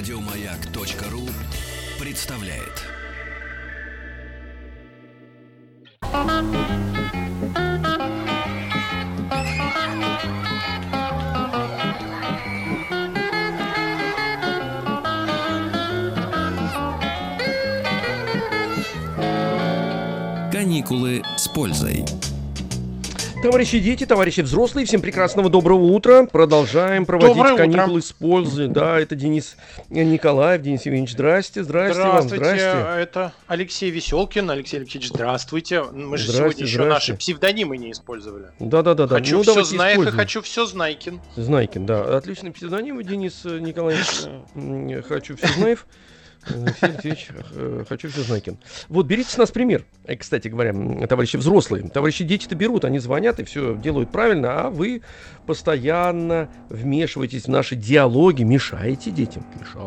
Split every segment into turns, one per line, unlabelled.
Радиомаяк.ру представляет. Каникулы с пользой.
Товарищи дети, товарищи взрослые, всем прекрасного доброго утра. Продолжаем проводить
Доброе
каникулы
утро.
с пользой. Да, это Денис Николаев. Денис Евгеньевич, здрасте. Здрасте вам, здрасте.
Это Алексей Веселкин. Алексей Алексеевич, здравствуйте. Мы же
Здрасте,
сегодня еще
здрасте.
наши псевдонимы не использовали.
Да.
Хочу
Ну,
все
давайте
знаек и
используем.
хочу все Знайкин.
Знайкин, да. Отличный псевдоним, Денис Николаевич. Хочу все знаев. Алексей Алексеевич, хочу все Знайкин. Вот, берите с нас пример. Кстати говоря, товарищи взрослые. Товарищи дети-то берут, они звонят и все делают правильно, а вы постоянно вмешиваетесь в наши диалоги, мешаете детям.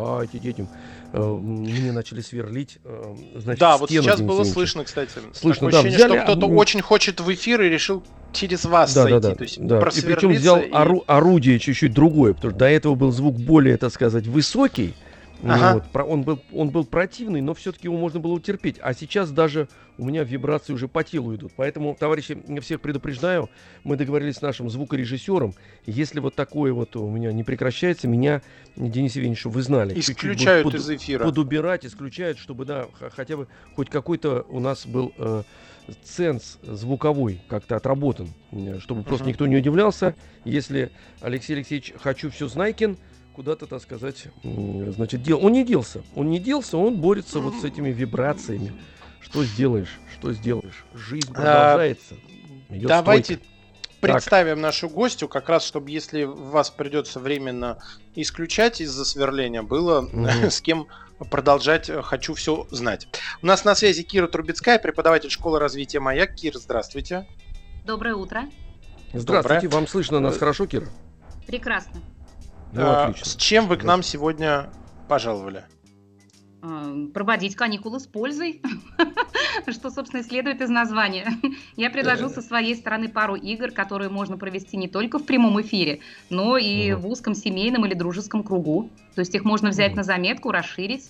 Мне начали сверлить, значит,
Да, вот
стену,
сейчас
Денис
было
Евгеньевич.
слышно, кстати.
Слышно,
Такое
да,
ощущение,
взяли,
что кто-то очень хочет в эфир и решил через вас зайти. То есть
И причем
просверлиться
взял
и-
орудие чуть-чуть другое, потому что до этого был звук более, так сказать, высокий.
Ага.
Вот, он был противный, но все-таки его можно было утерпеть. А сейчас даже у меня вибрации уже по телу идут. Поэтому, товарищи, я всех предупреждаю, мы договорились с нашим звукорежиссером. Если вот такое вот у меня не прекращается, меня, Денис Евгеньевич, чтобы вы знали, чуть-чуть
исключают
будут
из эфира.
подубирать, исключают, чтобы, да, хотя бы хоть какой-то у нас был ценз звуковой как-то отработан, чтобы просто никто не удивлялся, если Алексей Алексеевич «Хочу все Знайкин» куда-то, так сказать, значит, дел. Он не делся, он борется вот с этими вибрациями. Что сделаешь? Жизнь продолжается. Идет
Давайте
стройка.
представим нашу гостью, как раз, чтобы если вас придется временно исключать из-за сверления, было с кем продолжать «Хочу все знать». У нас на связи Кира Трубецкая, преподаватель школы развития «Маяк». Кира, здравствуйте.
Доброе утро.
Здравствуйте, вам слышно нас хорошо, Кира?
Прекрасно.
Ну, отлично.
С чем вы к нам сегодня пожаловали?
Проводить каникулы с пользой, что, собственно, и следует из названия. Я предложил со своей стороны пару игр, которые можно провести не только в прямом эфире, но и в узком семейном или дружеском кругу. То есть их можно взять на заметку, расширить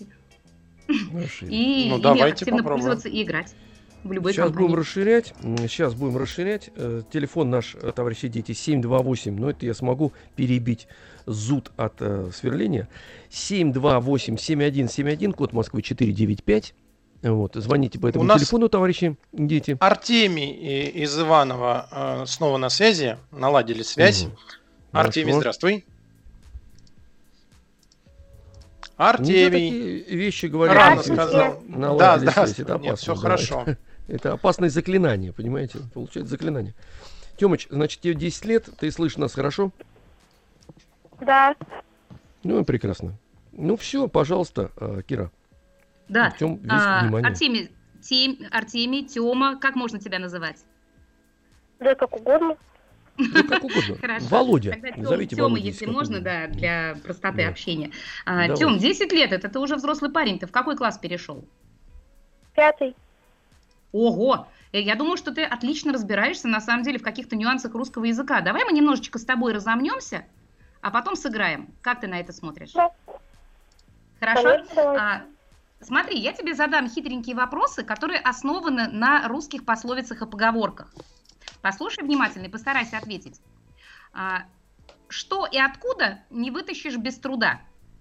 и ими
давайте
активно
попробуем.
пользоваться и играть в любой
Сейчас
компании.
будем расширять. Телефон наш, товарищи дети, 728. Но это я смогу перебить зуд от сверления. 728-7171, код Москвы 495. Вот, звоните по этому телефону, товарищи дети.
Артемий из Иванова снова на связи. Наладили связь. Артемий,
Хорошо.
здравствуй.
Нельзя
Артемий.
такие вещи говорить.
Рано
Алексей
сказал.
Алексеевич. Наладили
Да,
связь,
да,
это
нет,
опасно,
все
да,
хорошо.
Это опасное заклинание, понимаете? Получается заклинание. Тёмыч, значит, тебе 10 лет, ты слышишь нас хорошо?
Да.
Ну и прекрасно. Ну все, пожалуйста, Кира.
Да,
Артём, весь внимание.
Артемий, Тёма, как можно тебя называть?
Да, как угодно.
Ну, как угодно.
Хорошо.
Володя.
Тогда
Назовите
Тёма,
Володей,
если
как
можно,
угодно.
да, для простоты
Да.
общения.
Давай.
Тём, 10 лет, это ты уже взрослый парень, ты в какой класс перешел?
5.
Ого! Я думаю, что ты отлично разбираешься, на самом деле, в каких-то нюансах русского языка. Давай мы немножечко с тобой разомнемся, а потом сыграем. Как ты на это смотришь?
Да.
Хорошо?
Конечно, давай.
Смотри, я тебе задам хитренькие вопросы, которые основаны на русских пословицах и поговорках. Послушай внимательно и постарайся ответить. Что и откуда не вытащишь без труда?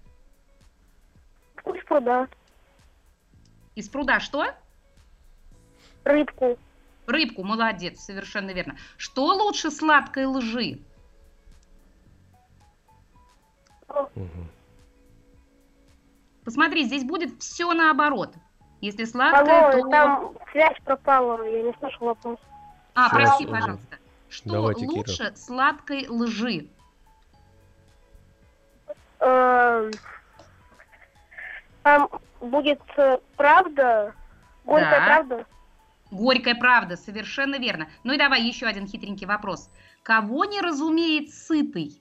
Из пруда.
Из пруда что?
Рыбку.
Рыбку, молодец, совершенно верно. Что лучше сладкой лжи? Посмотри, здесь будет все наоборот. Если сладкое,
Алло,
то...
там связь пропала, я не слышал вопрос.
А,
Сейчас,
прости,
ага.
пожалуйста. Что
Давайте, Кира.
лучше сладкой лжи?
Там будет правда, горькая
Да.
правда.
Горькая правда, совершенно верно. Ну и давай еще один хитренький вопрос. Кого не разумеет сытый?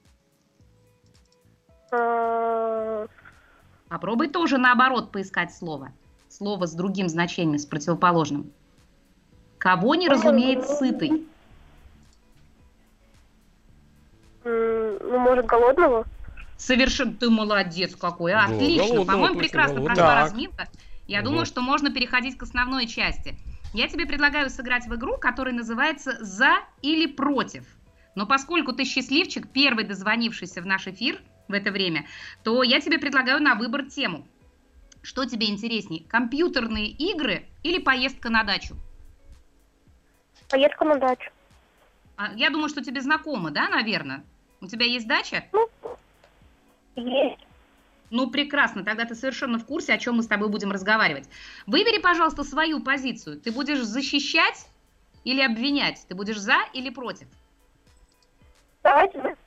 Попробуй тоже наоборот поискать слово. Слово с другим значением, с противоположным. Кого не разумеет сытый?
Ну, может, голодного?
Совершенно ты молодец какой. Отлично.
голодного,
По-моему,
точно,
прекрасно
голодного.
прошла
Так.
разминка. Я думаю, что можно переходить к основной части. Я тебе предлагаю сыграть в игру, которая называется «За или против». Но поскольку ты счастливчик, первый дозвонившийся в наш эфир в это время, то я тебе предлагаю на выбор тему. Что тебе интереснее, компьютерные игры или поездка на дачу?
Поездка на дачу.
Я думаю, что тебе знакомо, да, наверное? У тебя есть дача?
Есть.
Ну, прекрасно, тогда ты совершенно в курсе, о чем мы с тобой будем разговаривать. Выбери, пожалуйста, свою позицию. Ты будешь защищать или обвинять? Ты будешь за или против?
Давайте.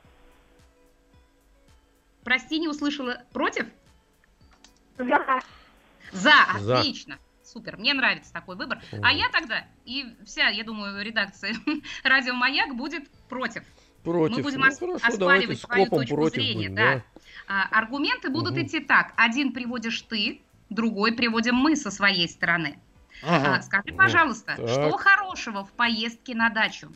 Прости, не услышала. Против?
Да.
За,
За.
отлично. Супер, мне нравится такой выбор. А я тогда, и вся, я думаю, редакция «Радио Маяк» будет против.
Против.
Мы будем
Хорошо, давайте
оспаривать
с
свою
копом
точку
против
зрения.
будем,
Да. Аргументы будут идти так. Один приводишь ты, другой приводим мы со своей стороны.
Ага.
Скажи, пожалуйста,
Так.
что хорошего в поездке на дачу?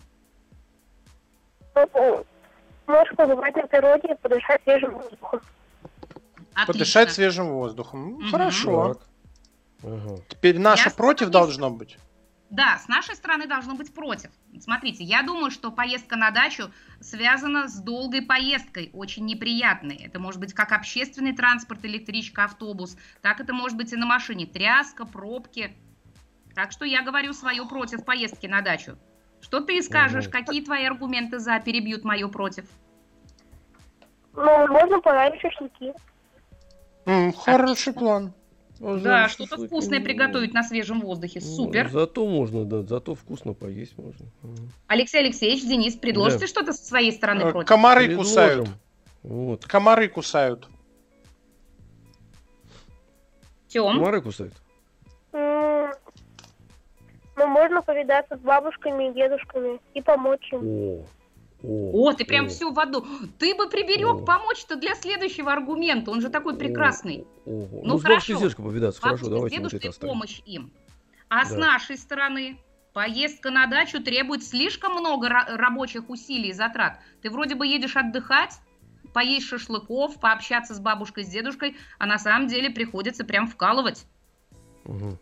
Можешь побывать на природе и подышать свежим воздухом.
Отлично.
Подышать свежим воздухом.
Мгм.
Хорошо.
Так. Ага.
Теперь наше
Я
против
согласна.
должно быть.
Да, с нашей стороны должно быть против. Смотрите, я думаю, что поездка на дачу связана с долгой поездкой, очень неприятной. Это может быть как общественный транспорт, электричка, автобус, так это может быть и на машине, тряска, пробки. Так что я говорю свое против поездки на дачу. Что ты скажешь, какие твои аргументы за перебьют мое против?
Ну, можно пожарить шашлыки.
Хороший план.
Да, что-то вкусное приготовить на свежем воздухе, супер.
Зато можно, да, зато вкусно поесть можно.
Алексей Алексеевич, Денис, предложите
Да.
что-то со своей стороны против?
Комары
Предложим.
кусают.
Вот.
Комары кусают.
Тём?
Комары кусают?
Ну, можно повидаться с бабушками и дедушками и помочь им.
О, ты прям все в аду. Ты бы приберег
О.
помочь-то для следующего аргумента. Он же такой прекрасный.
Ну, с
хорошо.
бабушкой и с дедушкой повидаться. Хорошо,
Бабушка с
давайте вот это
дедушкой
оставим.
помощь им. А с
Да.
нашей стороны поездка на дачу требует слишком много рабочих усилий и затрат. Ты вроде бы едешь отдыхать, поесть шашлыков, пообщаться с бабушкой, с дедушкой, а на самом деле приходится прям вкалывать.
Мгм.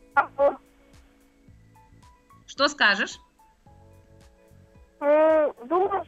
Что скажешь?
Думаю,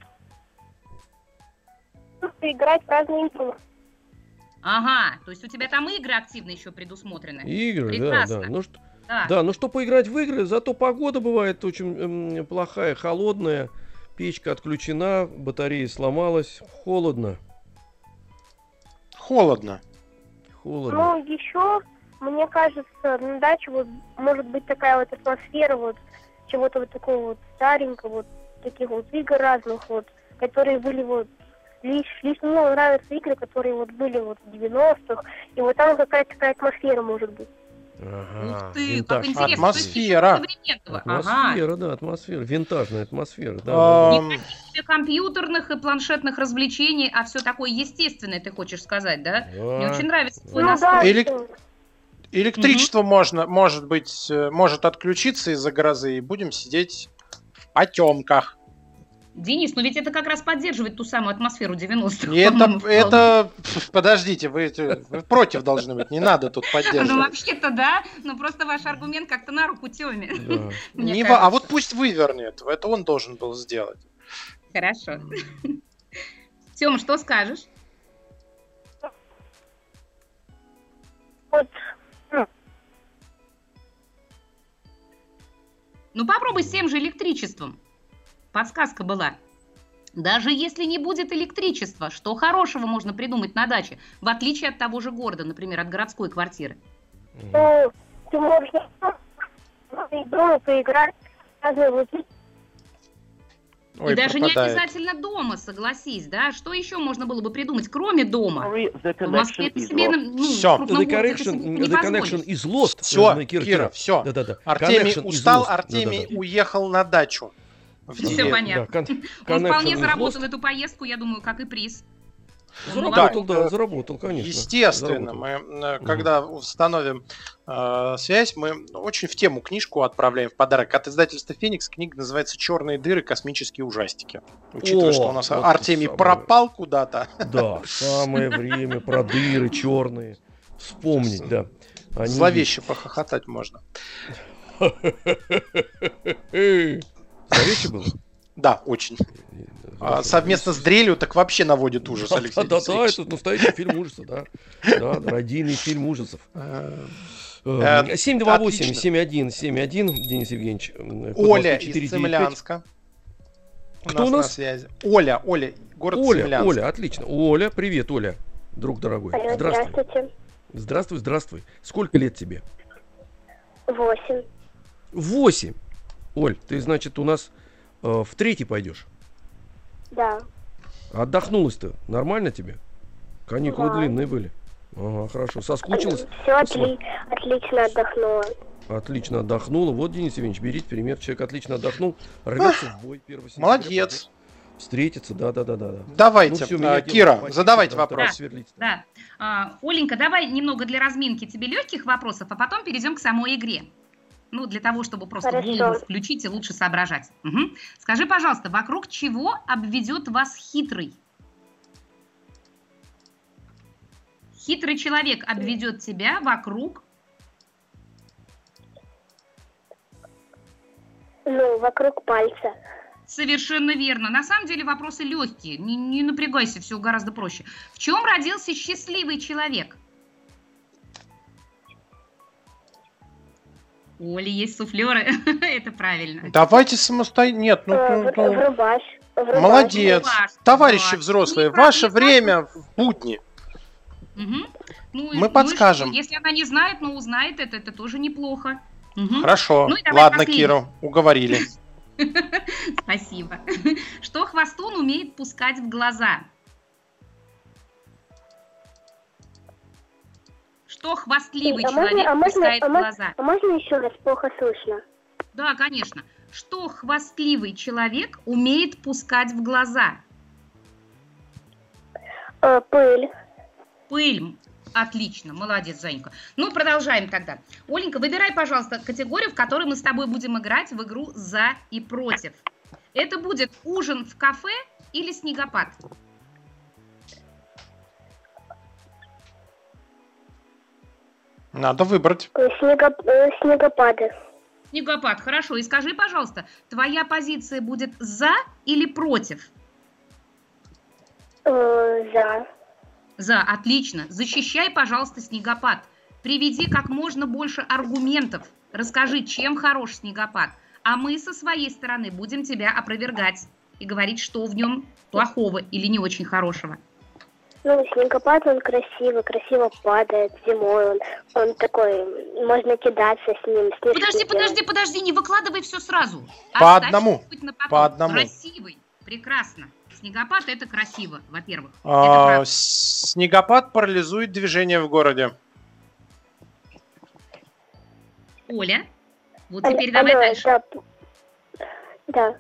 играть в разные игры.
Ага, то есть у тебя там игры активно еще предусмотрены.
Игры,
Прекрасно.
да. Ну, что,
Да.
да, ну что поиграть в игры, зато погода бывает очень плохая, холодная, печка отключена, батарея сломалась, холодно.
Холодно.
Холодно.
Ну, еще, мне кажется, на даче вот может быть такая вот атмосфера вот чего-то вот такого вот старенького, вот таких вот игр разных вот, которые были вот лично мне нравятся игры, которые вот были вот в 90-х, и вот там какая-то такая атмосфера может быть.
Ага,
Ух ты,
винтаж.
как интересно.
Атмосфера.
То есть еще современного. Ага.
Атмосфера, да, атмосфера, винтажная атмосфера. Да, да.
Никаких тебе компьютерных и планшетных развлечений, а все такое естественное, ты хочешь сказать, да? Мне очень нравится твой
Ну
настрой.
да,
Элек- Электричество может отключиться из-за грозы, и будем сидеть в потемках.
Денис, ну ведь это как раз поддерживает ту самую атмосферу 90-х.
И
по-моему,
это, подождите, вы против должны быть, не надо тут
Ну
поддерживать.
вообще-то да, но просто ваш аргумент как-то на руку Тёме.
Да.
Мне
А
кажется.
вот пусть вывернет, это он должен был сделать.
Хорошо. Тём, что скажешь?
вот,
Ну попробуй с тем же электричеством. Подсказка была. Даже если не будет электричества, что хорошего можно придумать на даче, в отличие от того же города, например, от городской квартиры?
ну, ты можешь дома поиграть в разные вот
Ой,
И даже
пропадает.
не обязательно дома, согласись, да? Что еще можно было бы придумать, кроме дома? В Москве ты себе,
Всё.
в
The
крупном городе ты
connection,
себе не
the connection
позволишь.
is lost.
Все,
Кира,
Кира, все.
Да-да-да.
Артемий
Connection is
устал,
lost.
Артемий
Да-да-да.
уехал на дачу. В
Всё
деревню.
понятно.
Да,
Он
connection
вполне
is
заработал
lost.
эту поездку, я думаю, как и приз.
Заработал,
Да,
заработал, конечно.
Естественно,
Заработал.
мы, когда установим связь, мы очень в тему книжку отправляем в подарок от издательства «Феникс». Книга называется «Черные дыры. Космические ужастики». Учитывая, что у нас
вот
Артемий
самое.
пропал куда-то.
Да, самое время про дыры черные вспомнить, да. Они
Зловеще похохотать можно.
Зловеще было?
Да, очень. Совместно с дрелью так вообще наводит ужас, Алексей
Да,
Алексеевич.
это настоящий фильм ужаса, да. Да, радийный фильм ужасов. 728-7171, Денис Евгеньевич.
Оля из Цимлянска.
Кто у нас?
На связи. Оля, город Цимлянск.
Оля, отлично. Оля, привет, Оля, друг дорогой.
Алло,
Здравствуй.
здравствуйте.
Здравствуй. Сколько лет тебе?
8.
8. Оль, ты, значит, у нас в 3-й пойдешь.
Да.
Отдохнулась-то? Нормально тебе? Каникулы
Да.
длинные были. Ага, хорошо. Соскучилась?
Все отлично отдохнула.
Отлично отдохнула. Вот, Денис Евгеньевич, берите пример. Человек отлично отдохнул. Рвется в бой 1 сентября.
Молодец.
Встретиться, да.
Давайте,
Ну, всё, меня дело
Кира,
хватит,
задавайте
да,
вопрос.
сверлить.
Да. Оленька, давай немного для разминки тебе легких вопросов, а потом перейдем к самой игре. Ну, для того, чтобы просто
Хорошо.
голову включить и лучше соображать. Мгм. Скажи, пожалуйста, вокруг чего обведет вас хитрый? Хитрый человек обведет тебя вокруг...
Ну, вокруг пальца.
Совершенно верно. На самом деле вопросы легкие. Не напрягайся, все гораздо проще. В чем родился счастливый человек? У Оли есть суфлеры. Это правильно.
Давайте самостоятельно. Нет,
Врубаш.
молодец.
Врубаш.
Товарищи
Да.
взрослые,
Не
ваше
правда.
время в будни.
Мгм. Ну,
Мы
и
подскажем.
что? Если она не знает, но узнает, это тоже неплохо. Мгм.
Хорошо.
Ну и давай
Ладно,
последний.
Кира, уговорили.
Спасибо. Что хвостун умеет пускать в глаза? Что хвастливый человек пускает в глаза?
А можно еще раз? Плохо слышно.
Да, конечно. Что хвастливый человек умеет пускать в глаза?
Пыль.
Пыль. Отлично, молодец, Занька. Ну, продолжаем тогда. Оленька, выбирай, пожалуйста, категорию, в которой мы с тобой будем играть в игру «За и против». Это будет ужин в кафе или снегопад?
Надо выбрать.
Снегопады.
Снегопад, хорошо. И скажи, пожалуйста, твоя позиция будет «за» или «против»?
За.
За, отлично. Защищай, пожалуйста, снегопад. Приведи как можно больше аргументов. Расскажи, чем хорош снегопад. А мы со своей стороны будем тебя опровергать и говорить, что в нем плохого или не очень хорошего.
Ну, снегопад, он красиво падает зимой. Он такой, можно кидаться с ним.
Подожди, не выкладывай все сразу.
По
Оставь
одному.
чуть-чуть на потом.
По одному.
Красивый, прекрасно. Снегопад это красиво, во-первых. Это правда.
Снегопад парализует движение в городе.
Оля, вот теперь давай дальше.
Да.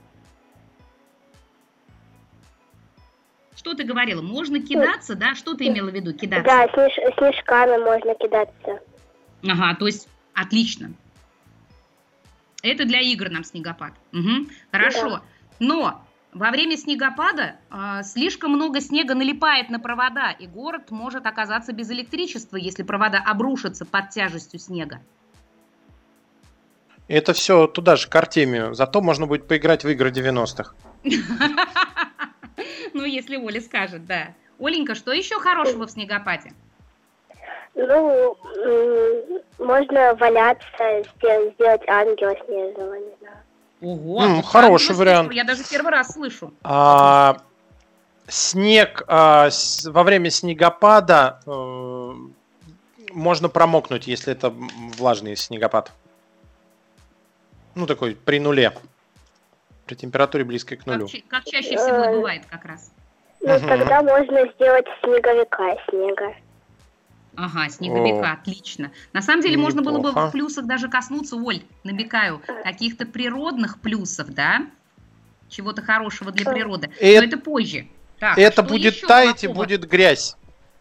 Что ты говорила? Можно кидаться, да? Что ты имела в виду, кидаться?
Да, снежками можно кидаться.
Ага, то есть отлично. Это для игр нам снегопад. Угу, хорошо.
Да.
Но во время снегопада слишком много снега налипает на провода, и город может оказаться без электричества, если провода обрушатся под тяжестью снега.
Это все туда же, к Артемию. Зато можно будет поиграть в игры 90-х.
Ну, если Оля скажет, да. Оленька, что еще хорошего в снегопаде?
Ну, можно валяться, сделать ангела снежного, не знаю.
Ого,
хороший вариант.
Я даже первый раз слышу.
Снег во время снегопада можно промокнуть, если это влажный снегопад. Ну, такой при нуле. При температуре близкой к нулю.
Как чаще всего и бывает как раз.
Ну, тогда можно сделать снеговика, снега.
Ага, снеговика, отлично. На самом деле можно было бы
Неплохо.
в плюсах даже коснуться, Оль, намекаю, каких-то природных плюсов, да? Чего-то хорошего для природы. Но это позже. Так, а
Это
что
будет
еще
таять и
плохого?
будет грязь.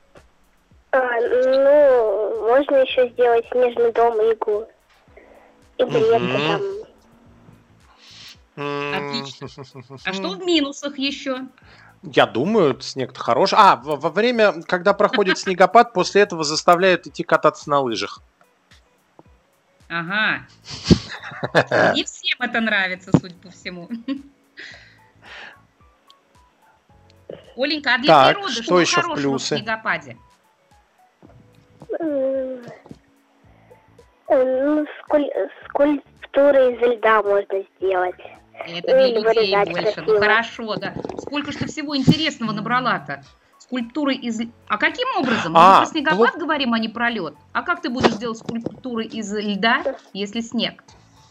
Ну, можно еще сделать снежный дом и иглу. И греться там.
Отлично. А что в минусах еще?
Я думаю, снег-то хороший. Во время, когда проходит снегопад, после этого заставляют идти кататься на лыжах.
Ага. Не всем это нравится, судя по всему. Оленька, а для
Так,
природы
что
что
еще в
хорошего в
плюсы?
снегопаде?
Ну, скульптуры из льда можно сделать.
Это для
Или
людей
вырезать
больше. Ну
красиво.
хорошо, да. Сколько ж ты всего интересного набрала-то? Скульптуры из... А каким образом? Мы про снегопад говорим, а не про лед. А как ты будешь делать скульптуры из льда, если снег?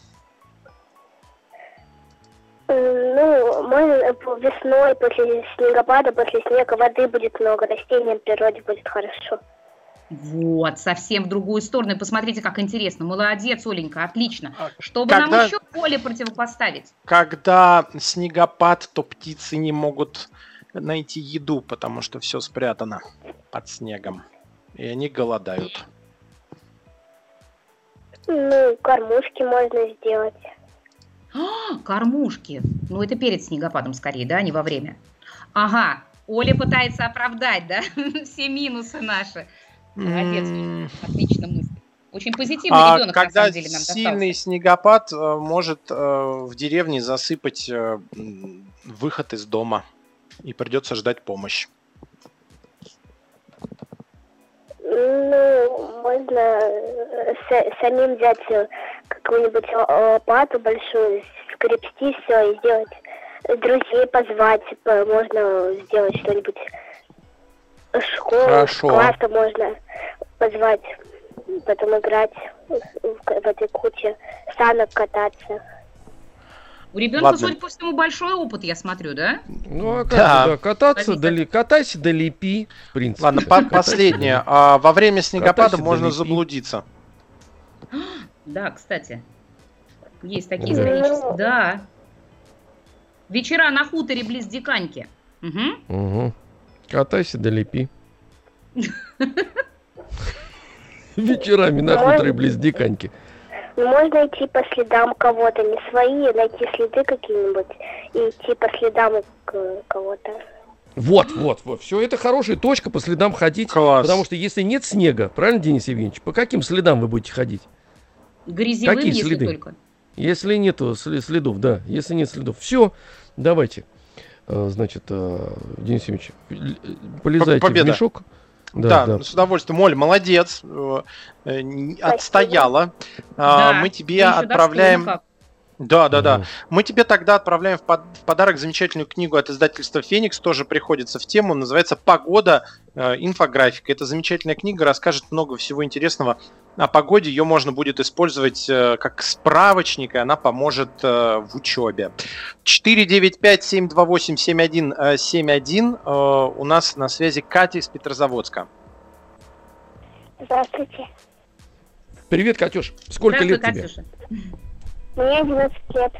Ну, можно весной, после снегопада, после снега воды будет много, растений в природе будет хорошо.
Вот, совсем в другую сторону. И посмотрите, как интересно. Молодец, Оленька, отлично. Чтобы
Когда-
нам еще поле противопоставить.
Когда снегопад, то птицы не могут найти еду, потому что все спрятано под снегом. И они голодают.
Ну, кормушки можно сделать.
Кормушки. Ну, это перед снегопадом скорее, да, а не во время. Ага, Оля пытается оправдать, да, все минусы наши. Молодец, отлично мысль. Очень позитивный ребенок, на
Когда
самом деле, нам
сильный
достался.
снегопад может в деревне засыпать выход из дома. И придется ждать помощь.
Ну, можно самим взять какую-нибудь лопату большую, скребсти все и сделать, друзей позвать, можно сделать что-нибудь. Школу,
Хорошо.
класса можно позвать, потом играть в этой куче, санок кататься.
У ребенка,
Ладно.
судя по всему, большой опыт, я смотрю, да?
Ну, а как
Да.
же, да, кататься,
Ловить.
катайся, долепи, в принципе.
Ладно, последнее. Во время снегопада
Катайся,
можно
долепи.
заблудиться.
Да, кстати. Есть такие
Да.
исторические. Да. Вечера на хуторе близ Диканьки. Угу.
Угу. Катайся, долепи. Вечерами на хуторе близ Диканьки.
Можно идти по следам кого-то, не свои, найти следы какие-нибудь и идти по следам кого-то.
Вот. Все это хорошая точка, по следам ходить.
Класс.
Потому что если нет снега, правильно, Денис Евгеньевич, по каким следам вы будете ходить?
Грязевым,
Какие
если
следы?
только.
Если нету следов, да. Если нет следов. Все, давайте. Значит, Денис Евгеньевич, полезайте
Победа.
в мешок.
Да, с удовольствием. Оль, молодец. Отстояла.
Да,
Мы
ты
тебе
еще
отправляем...
достойно как.
Да.
Мгм.
Мы тебе тогда отправляем в подарок замечательную книгу от издательства «Феникс». Тоже приходится в тему. Называется «Погода. Инфографика». Это замечательная книга, расскажет много всего интересного о погоде. Ее можно будет использовать как справочник, и она поможет в учебе. 495-728-7171. У нас на связи Катя из Петрозаводска.
Здравствуйте.
Привет, Катюш. Сколько лет
Здравствуй,
тебе?
Катюша.
Мне 11 лет.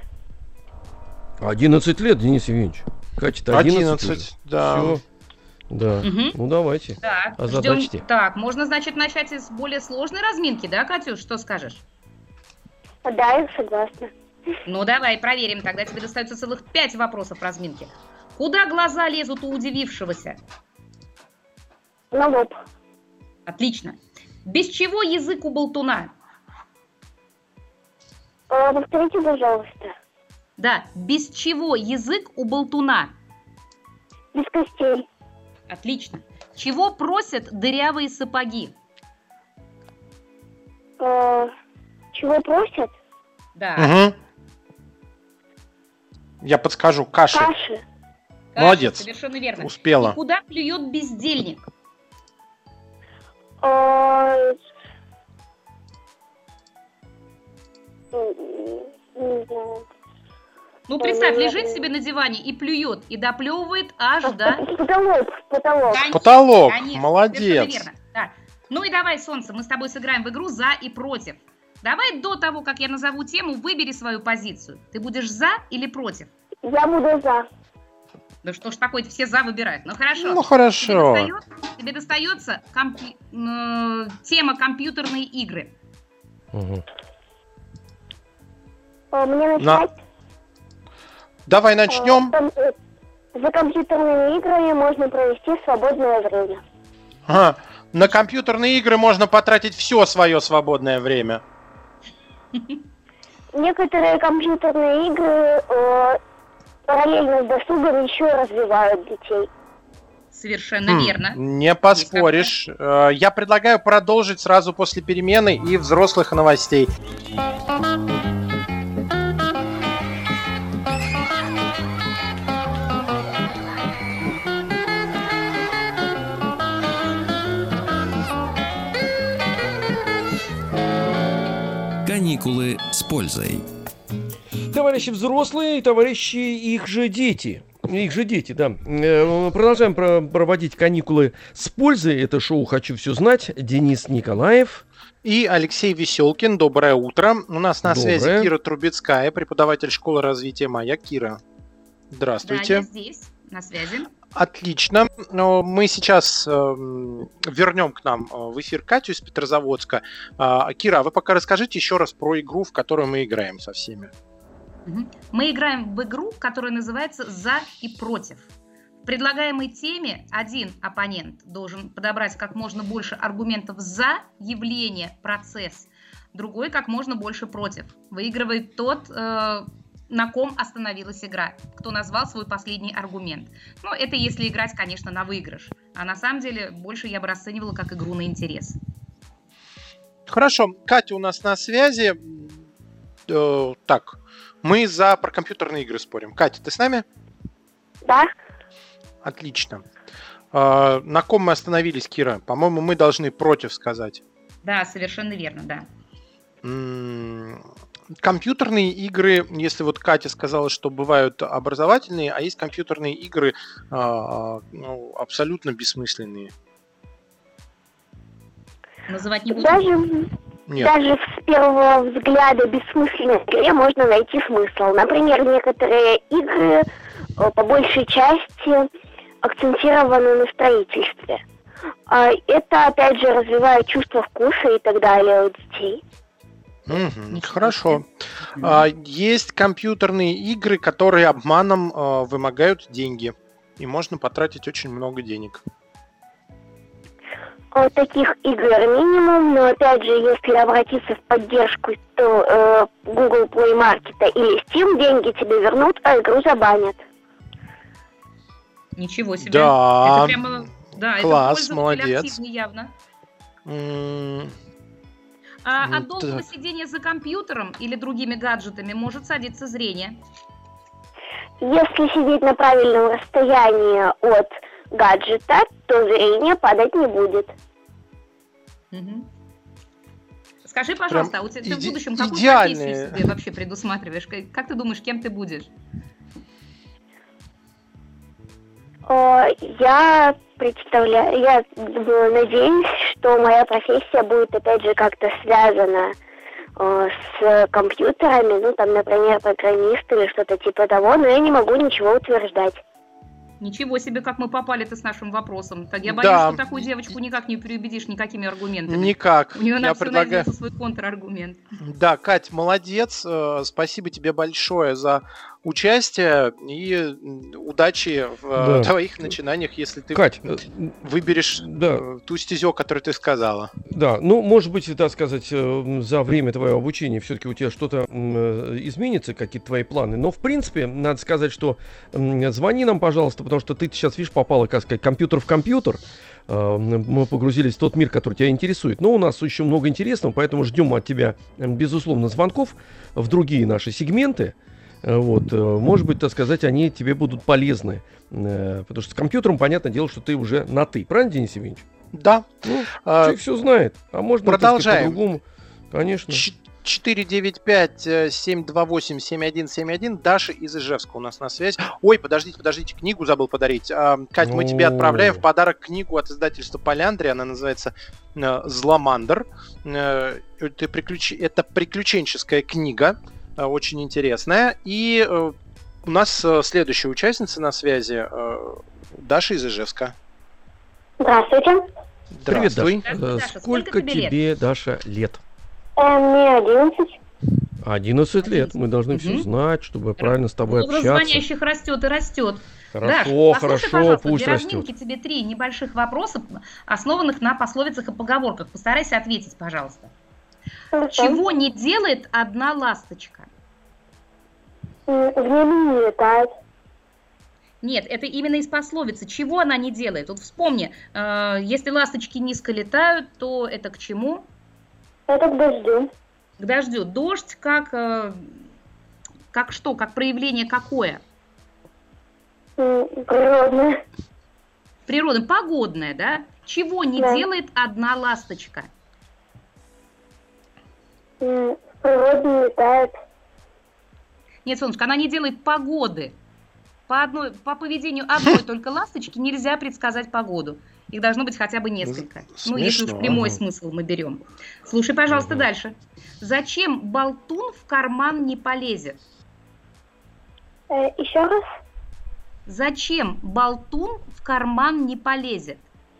11 лет, Денис Евгеньевич. Катя-то 11 уже.
11, да.
Всё. Да.
Мгм.
Ну, давайте.
Так,
Озадачьте.
ждем. Так, можно, значит, начать с более сложной разминки, да, Катюш? Что скажешь?
Да, я согласна.
Ну, давай проверим. Тогда тебе достается целых 5 вопросов разминки. Куда глаза лезут у удивившегося?
На лоб.
Отлично. Без чего язык у болтуна?
Повторите, пожалуйста.
Да, без чего язык у болтуна?
Без костей.
Отлично. Чего просят дырявые сапоги?
Чего просят?
Да.
Мгм. Я подскажу. Каши.
Каши.
Каша,
Молодец.
Совершенно верно.
Успела.
И куда плюет бездельник?
Не знаю.
Ну, представь, лежит себе на диване и плюет, и доплевывает аж до...
Потолок.
Конечно,
Потолок.
конечно,
Молодец.
совершенно верно. Да. Ну и давай, Солнце, мы с тобой сыграем в игру «За» и «Против». Давай до того, как я назову тему, выбери свою позицию. Ты будешь «за» или «против»?
Я буду за.
Да что ж такое, все за выбирают. Ну хорошо.
Ну хорошо.
Тебе достается тема компьютерные игры.
Угу.
Мне начать?
Давай начнем.
За компьютерными играми можно провести свободное время.
Ага. На компьютерные игры можно потратить все свое свободное время.
Некоторые компьютерные игры параллельно с досугом еще развивают детей.
Совершенно верно.
Не поспоришь. Я предлагаю продолжить сразу после перемены и взрослых новостей.
Каникулы с пользой.
Товарищи взрослые и товарищи их же дети. Их же дети, да. Продолжаем проводить каникулы с пользой. Это шоу «Хочу все знать». Денис Николаев.
И Алексей Веселкин. Доброе утро. У нас на связи Кира Трубецкая, преподаватель школы развития «Маяк». Кира, здравствуйте.
Да, я здесь, на связи.
Отлично. Мы сейчас вернем к нам в эфир Катю из Петрозаводска. Кира, вы пока расскажите еще раз про игру, в которую мы играем со всеми.
Мы играем в игру, которая называется «За и против». В предлагаемой теме один оппонент должен подобрать как можно больше аргументов за явление, процесс, другой как можно больше против. Выигрывает тот, на ком остановилась игра, кто назвал свой последний аргумент. Ну, это если играть, конечно, на выигрыш. А на самом деле больше я бы расценивала как игру на интерес.
Хорошо, Катя у нас на связи. Так, мы про компьютерные игры спорим. Катя, ты с нами?
Да.
Отлично. На ком мы остановились, Кира? По-моему, мы должны против сказать.
Да, совершенно верно, да.
Компьютерные игры, если вот Катя сказала, что бывают образовательные, а есть компьютерные игры абсолютно бессмысленные.
Называть не буду.
Даже с первого взгляда бессмысленной игре можно найти смысл. Например, некоторые игры по большей части акцентированы на строительстве. Это, опять же, развивает чувство вкуса и так далее у детей.
Хорошо. Есть компьютерные игры, которые обманом вымогают деньги. И можно потратить очень много денег.
Таких игр минимум, но опять же, если обратиться в поддержку то Google Play Market или Steam, деньги тебе вернут, а игру забанят.
Ничего себе.
Да,
это прямо,
класс,
это
молодец.
Явно. От долгого сидения за компьютером или другими гаджетами может садиться зрение.
Если сидеть на правильном расстоянии от гаджета, то зрение падать не будет.
Скажи, пожалуйста, а ты в будущем какую
идеальные...
профессию себе вообще предусматриваешь? Как ты думаешь, кем ты будешь?
Я надеюсь, что моя профессия будет, опять же, как-то связана с компьютерами, ну, там, например, программист или что-то типа того, но я не могу ничего утверждать.
Ничего себе, как мы попали-то с нашим вопросом. Я боюсь, что такую девочку никак не переубедишь никакими аргументами.
Никак.
У нее на все найдется свой контраргумент.
Да, Кать, молодец. Спасибо тебе большое за участие и удачи в твоих начинаниях, если ты, Кать, выберешь ту стезю, которую ты сказала.
Да, ну, может быть, так сказать, за время твоего обучения все-таки у тебя что-то изменится, какие-то твои планы. Но, в принципе, надо сказать, что звони нам, пожалуйста, потому что ты сейчас, видишь, попала, как сказать, компьютер в компьютер. Мы погрузились в тот мир, который тебя интересует. Но у нас еще много интересного, поэтому ждем от тебя, безусловно, звонков в другие наши сегменты. Вот, может быть, так сказать, они тебе будут полезны. Потому что с компьютером, понятное дело, что ты уже на «ты». Правильно, Денис Евгеньевич?
Да.
Ну, человек все знает. А можно,
продолжаем.
По-другому. Конечно.
495-728-7171. Даша из Ижевска у нас на связи. Ой, подождите, книгу забыл подарить. Кать, мы тебе отправляем в подарок книгу от издательства Поляндрии. Она называется «Зломандр». Это приключенческая книга, очень интересная. И У нас следующая участница на связи, Даша из Ижевска.
Здравствуйте.
Привет,
Здравствуй.
Даша. Сколько тебе, Даша, лет?
Мне 11.
11 лет. Мы должны все
Мгм.
знать, чтобы правильно с тобой
Возраст
общаться.
звонящих растет и растет. Даш,
Хорошо,
послушай,
хорошо,
пожалуйста,
пусть
для
растет.
разминки тебе 3 небольших вопроса, основанных на пословицах и поговорках. Постарайся ответить, пожалуйста. Чего не делает одна ласточка?
В небе не летает.
Нет, это именно из пословицы. Чего она не делает? Вот вспомни, если ласточки низко летают, то это к чему?
Это к дождю.
К дождю. Дождь как что? Как проявление какое?
Природное.
Природное, погодное, да? Чего не
Да.
делает одна ласточка?
В природе не летает.
Нет, солнышко, она не делает погоды. По поведению одной только ласточки нельзя предсказать погоду. Их должно быть хотя бы несколько. Ну, если уж
Смешно.
прямой
Ага.
смысл мы берем. Слушай, пожалуйста,
Ага.
дальше. Зачем болтун в карман не полезет?
Еще раз.
Зачем болтун в карман не полезет?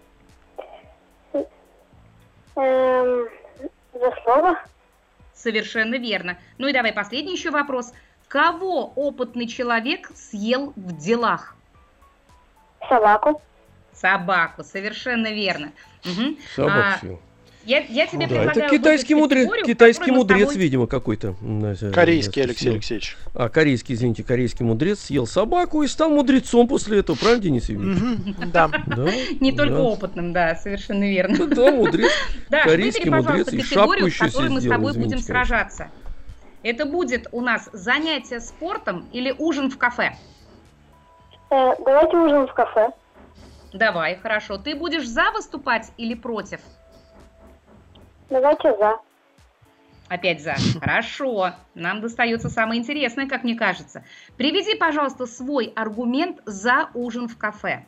За слово.
Совершенно верно. Ну и давай последний еще вопрос. Кого опытный человек съел в делах?
Собаку.
Собаку, совершенно верно. Мгм.
Собак съел.
Я тебе
Да,
предлагаю
это китайский
выбрать
мудрец,
категорию,
китайский
которую мы с
мудрец,
тобой-
видимо, какой-то.
Корейский Алексей
съел.
Алексеевич.
Корейский, извините, корейский мудрец съел собаку и стал мудрецом после этого, правильно, Денис Евгеньевич?
Мгм, Да.
Да,
Не только
да.
опытным, да, совершенно верно.
Да, мудрец.
Да,
корейский
выбери,
мудрец,
пожалуйста,
и
категорию,
шапку
в
еще
которой мы с
сделал,
тобой будем
извините, конечно.
сражаться. Это будет у нас занятие спортом или ужин в кафе?
Давайте ужин в кафе.
Давай, хорошо. Ты будешь за выступать или против?
Давайте за.
Опять за. Хорошо. Нам достается самое интересное, как мне кажется. Приведи, пожалуйста, свой аргумент за ужин в кафе.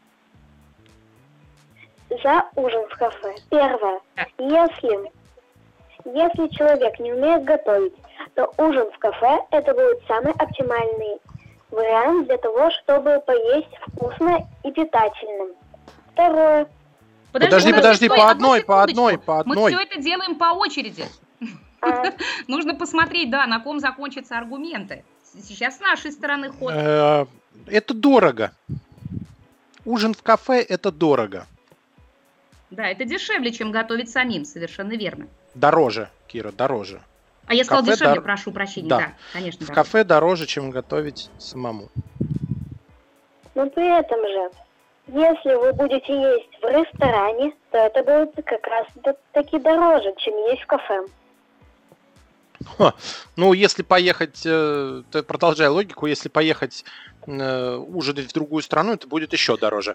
За ужин в кафе. Первое.
Так.
Если человек не умеет готовить, то ужин в кафе это будет самый оптимальный вариант для того, чтобы поесть вкусно и питательным. Второе.
Подожди,
стой,
по
одну
одной, по
секундочку.
одной, по
Мы
одной.
все это делаем по очереди. Нужно посмотреть, да, на ком закончатся аргументы. Сейчас с нашей стороны ход.
Это дорого. Ужин в кафе это дорого.
Да, это дешевле, чем готовить самим, совершенно верно.
Дороже, Кира, дороже.
А я сказала
Кафе
дешевле, прошу прощения.
Да.
Да, конечно.
В
да.
кафе дороже, чем готовить самому.
Но при этом же, если вы будете есть в ресторане, то это будет как раз таки дороже, чем есть в кафе.
Ну, если поехать, продолжая логику, если поехать ужинать в другую страну, это будет еще дороже.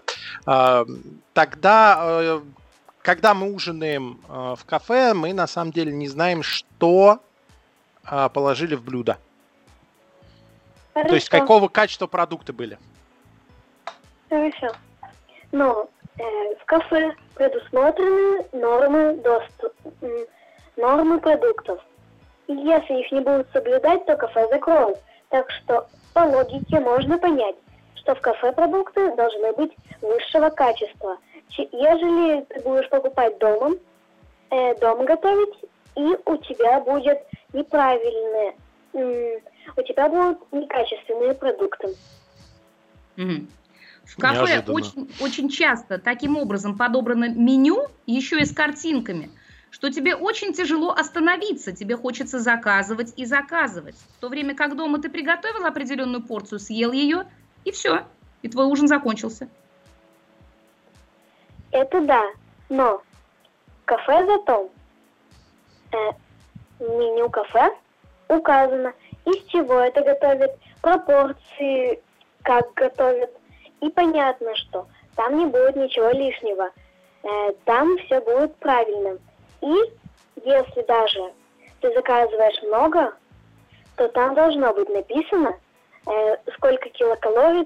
Тогда, когда мы ужинаем в кафе, мы на самом деле не знаем, что положили в блюдо.
Хорошо.
То есть какого качества продукты были.
Хорошо. Но в кафе предусмотрены нормы продуктов. И если их не будут соблюдать, то кафе закроют. Так что по логике можно понять, что в кафе продукты должны быть высшего качества. Ежели ты будешь покупать дома готовить, и у тебя будет неправильные, у тебя будут некачественные продукты.
Мгм. В кафе
Неожиданно.
очень часто таким образом подобрано меню, еще и с картинками, что тебе очень тяжело остановиться, тебе хочется заказывать и заказывать. В то время как дома ты приготовил определенную порцию, съел ее, и все, и твой ужин закончился.
Это да, но в кафе зато в меню кафе указано, из чего это готовят, пропорции, как готовят. И понятно, что там не будет ничего лишнего. Там все будет правильно. И если даже ты заказываешь много, то там должно быть написано, сколько килокалорий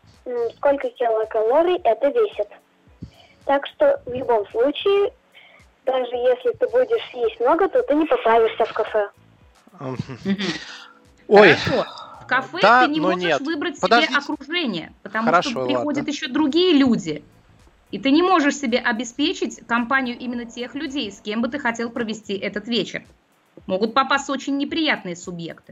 это весит. Так что в любом случае, даже если ты будешь есть много, то ты не поправишься в кафе.
Ой,
Хорошо. кафе
Да,
ты не
но
можешь
нет.
выбрать
Подождите.
себе окружение, потому
Хорошо,
что
ладно.
приходят еще другие люди. И ты не можешь себе обеспечить компанию именно тех людей, с кем бы ты хотел провести этот вечер. Могут попасться очень неприятные субъекты.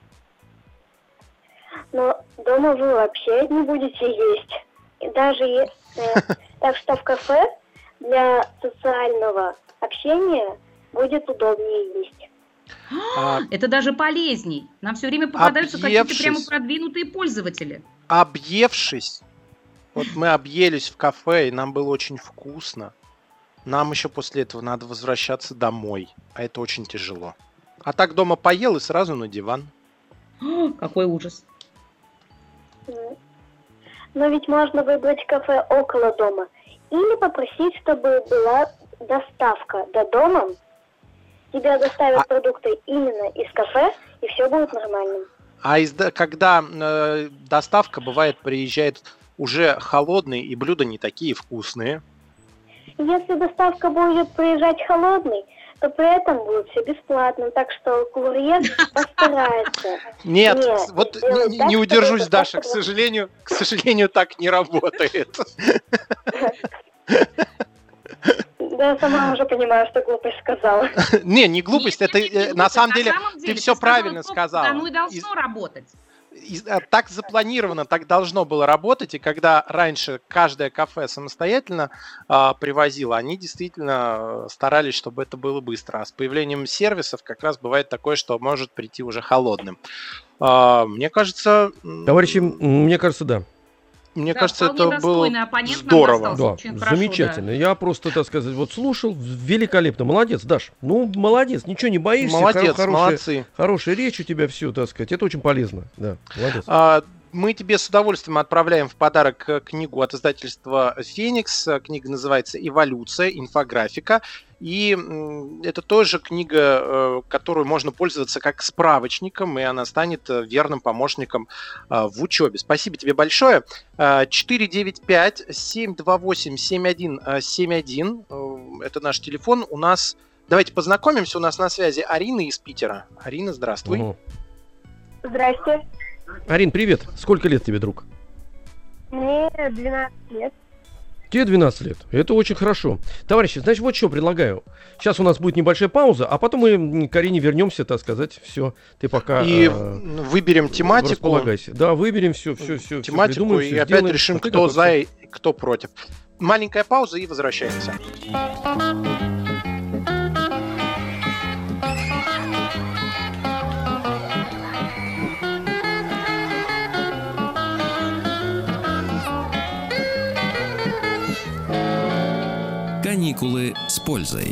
Но дома вы вообще не будете есть. И даже так что в кафе для социального общения будет удобнее есть.
А,
Это даже полезней. Нам все время попадаются какие-то
Объевшись.
прямо продвинутые пользователи.
Объевшись, вот мы объелись в кафе, и нам было очень вкусно. Нам еще после этого надо возвращаться домой, а это очень тяжело. А так дома поел и сразу на диван.
Какой ужас.
Но ведь можно выбрать кафе около дома. Или попросить, чтобы была доставка до дома. Тебя доставят продукты именно из кафе, и все будет нормально.
А когда доставка бывает, приезжает уже холодный, и блюда не такие вкусные.
Если доставка будет приезжать холодной, то при этом будет все бесплатно. Так что курьер постарается.
Нет, вот
сделать
не
так,
удержусь,
чтобы
Даша,
доставка
к сожалению, так не работает.
Да, я сама уже понимаю, что глупость сказала.
Не глупость,
Нет,
это
нет, не
на
глупость.
самом деле
ты
ты все
сказала
правильно
то,
сказала.
Оно и должно работать.
Так запланировано, так должно было работать, и когда раньше каждое кафе самостоятельно привозило, они действительно старались, чтобы это было быстро. А с появлением сервисов как раз бывает такое, что может прийти уже холодным. Мне кажется...
Товарищи, мне кажется, да.
Мне
Да,
кажется,
вполне
это было
достойный оппонент нам
здорово.
достался.
Да,
Очень хорошо,
замечательно. Я просто, так сказать, вот слушал, великолепно. Молодец, Даш. Ну, молодец, ничего не боишься.
Молодец,
хорошая,
молодцы.
Хорошая речь у тебя, все, так сказать. Это очень полезно. Да, молодец.
Мы тебе с удовольствием отправляем в подарок книгу от издательства «Феникс». Книга называется «Эволюция. Инфографика». И это тоже книга, которую можно пользоваться как справочником, и она станет верным помощником в учебе. Спасибо тебе большое. 495-728-7171. Это наш телефон. У нас... Давайте познакомимся. У нас на связи Арина из Питера. Арина, здравствуй.
Угу.
Здрасте.
Арин, привет. Сколько лет тебе, друг?
Мне 12 лет.
Тебе 12 лет. Это очень хорошо. Товарищи, значит, вот что предлагаю. Сейчас у нас будет небольшая пауза, а потом мы к Арине вернемся, так сказать. Все, ты пока...
И выберем тематику.
Располагайся. Да, выберем все
тематику
придумаем,
и
всё
опять
сделаем.
решим,
А ты
кто
готовься.
за и кто против. Маленькая пауза и возвращаемся.
Каникулы с пользой.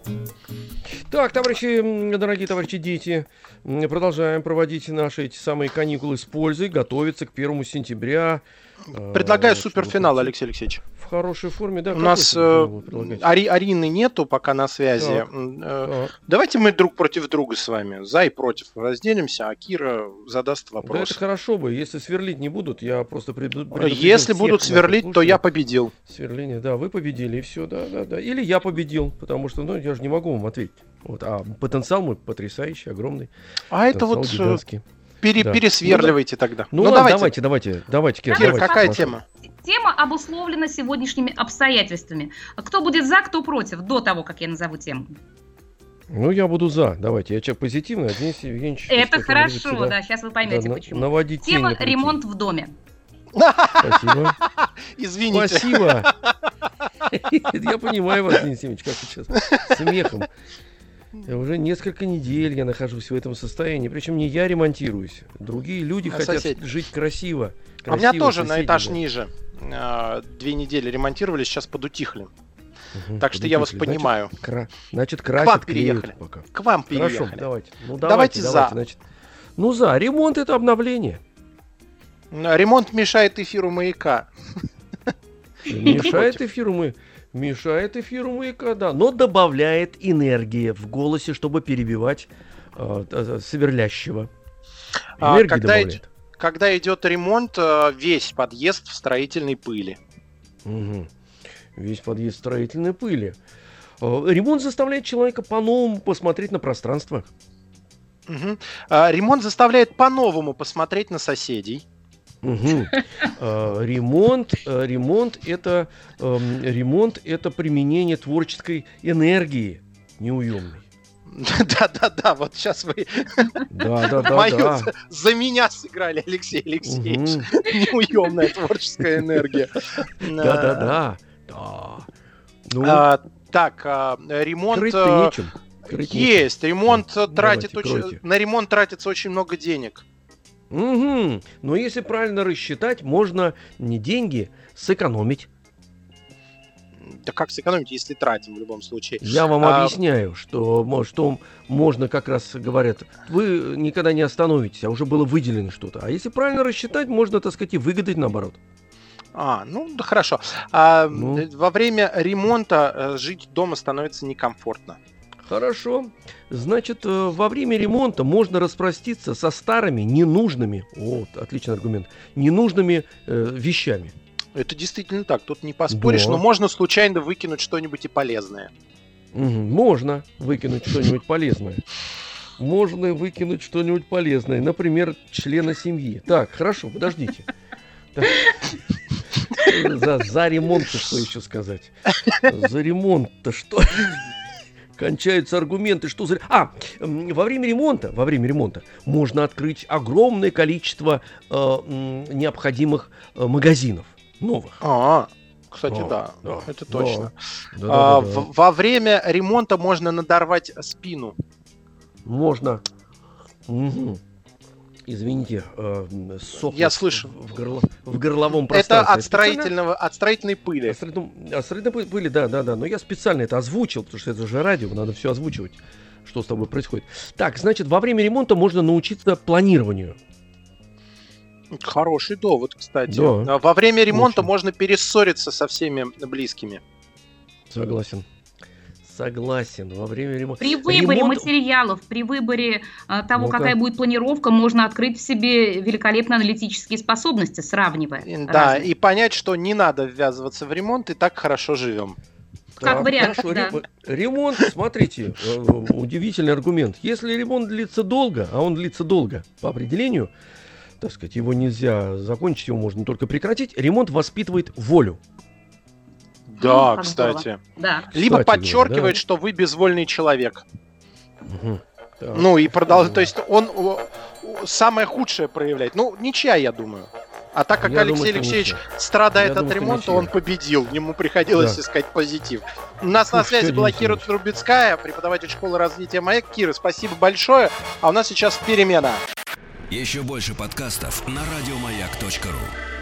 Так, товарищи, дорогие товарищи дети, продолжаем проводить наши эти самые каникулы с пользой, готовиться к 1 сентября.
Предлагаю
чтобы
суперфинал,
пройти
Алексей Алексеевич.
В хорошей форме, да.
У
какой
нас
суперфинал вы предлагаете?
Арины нету пока на связи.
Так.
Давайте мы друг против друга с вами, за и против, разделимся, а Кира задаст
Да,
вопрос.
это хорошо бы, если сверлить не будут, я просто предупредил
Если
всех
будут
наших
сверлить, то
слушателей.
я победил.
Сверление, да, вы победили, и все, да. Или я победил, потому что, ну, я же не могу вам ответить. Вот, а потенциал мой потрясающий, огромный.
А это
Потенциал
вот
гигантский. Да.
пересверливайте тогда.
Ну,
Ну,
ладно,
давайте.
давайте, Кир.
Кир,
давайте,
какая
Маша.
тема?
Тема обусловлена сегодняшними обстоятельствами. Кто будет за, кто против, до того, как я назову тему.
Ну, я буду за. Давайте, я человек позитивный, а Денис Евгеньевич...
Это
так сказать,
хорошо,
может всегда,
да, сейчас вы поймете,
да,
почему.
наводить тень
Тема
на пути.
«Ремонт в доме».
Спасибо.
Извините.
Спасибо. Я понимаю вас, Денис Евгеньевич, как сейчас смехом. Уже несколько недель я нахожусь в этом состоянии. Причем не я ремонтируюсь. Другие люди
А
хотят
соседи?
жить красиво.
А у меня
Красиво,
тоже на
соседи,
этаж
да.
ниже. 2 недели ремонтировали, сейчас подутихли.
Мгм,
Так что я вас
подутихли.
понимаю.
Значит,
К вам
красят,
переехали.
клеют пока.
К вам
Хорошо,
переехали.
давайте. Ну,
Давайте за.
Значит. Ну, за. Ремонт — это обновление.
Ремонт мешает эфиру маяка.
Мешает эфиру маяка, да. Но добавляет энергии в голосе, чтобы перебивать сверлящего. Энергии добавляет.
Когда идет ремонт, весь подъезд в строительной пыли.
Мгм. Весь подъезд в строительной пыли. Ремонт заставляет человека по-новому посмотреть на пространство.
Мгм. Ремонт заставляет по-новому посмотреть на соседей.
Мгм. Ремонт это применение творческой энергии неуемной.
Да-да-да, вот сейчас вы мою за меня сыграли, Алексей Алексеевич.
Мгм.
Неуемная творческая энергия.
Да. Ну,
Так, ремонт...
крыть-то нечем. Крыть нечем.
Есть, ремонт
Давайте,
тратит
кройте.
на ремонт тратится очень много денег.
Мгм. Но если правильно рассчитать, можно не деньги сэкономить.
Да как сэкономить, если тратим в любом случае?
Я вам объясняю, что можно, как раз говорят, вы никогда не остановитесь, а уже было выделено что-то. А если правильно рассчитать, можно, так сказать, и выгадать наоборот.
Ну да, хорошо.
Ну.
Во время ремонта жить дома становится некомфортно.
Хорошо. Значит, во время ремонта можно распроститься со старыми, ненужными, вот, отличный аргумент, ненужными вещами.
Это действительно так, тут не поспоришь,
Да.
но можно случайно выкинуть что-нибудь и полезное.
Можно выкинуть что-нибудь полезное. Можно выкинуть что-нибудь полезное, например, члена семьи. Так, хорошо, подождите. Так. За ремонт-то что еще сказать? За ремонт-то что? Кончаются аргументы, что за... во время ремонта можно открыть огромное количество необходимых магазинов новых.
Кстати, да, это
да.
точно.
Да.
Во время ремонта можно надорвать спину.
Можно. Мгм. Извините, сохнет
Я слышу.
в горловом
Это
пространстве.
от строительной пыли.
От строительной пыли, да. Но я специально это озвучил, потому что это же радио, надо все озвучивать, что с тобой происходит. Так, значит, во время ремонта можно научиться планированию.
Хороший довод, кстати.
Да.
Во время ремонта
Очень.
можно перессориться со всеми близкими.
Согласен. Во время ремонта.
При выборе
Ремонт-
материалов, при выборе того,
Ну-ка.
какая будет планировка, можно открыть в себе великолепные аналитические способности, сравнивая.
Да,
разные.
и понять, что не надо ввязываться в ремонт, и так хорошо живем.
Как
Так,
вариант,
хорошо,
да.
Ремонт, смотрите, удивительный аргумент. Если ремонт длится долго, а он длится долго по определению, так сказать, его нельзя закончить, его можно только прекратить, ремонт воспитывает волю.
Да,
как
кстати.
Да.
Либо
Кстати
подчеркивает,
говоря, да.
что вы безвольный человек.
Мгм. Так.
Ну и продолжает. То есть он самое худшее проявляет. Ну, ничья, я думаю. А так как
Я
Алексей
думаю, что
Алексеевич
ничья.
страдает
Я
от
думаю, что
ремонта,
ничья.
он победил. Ему приходилось
Да.
искать позитив. У нас на
Слушай,
связи была
Денис
Кира
Ильич.
Трубецкая, преподаватель школы развития «Маяк». Кира, спасибо большое. А у нас сейчас перемена.
Еще больше подкастов на радиомаяк.ру.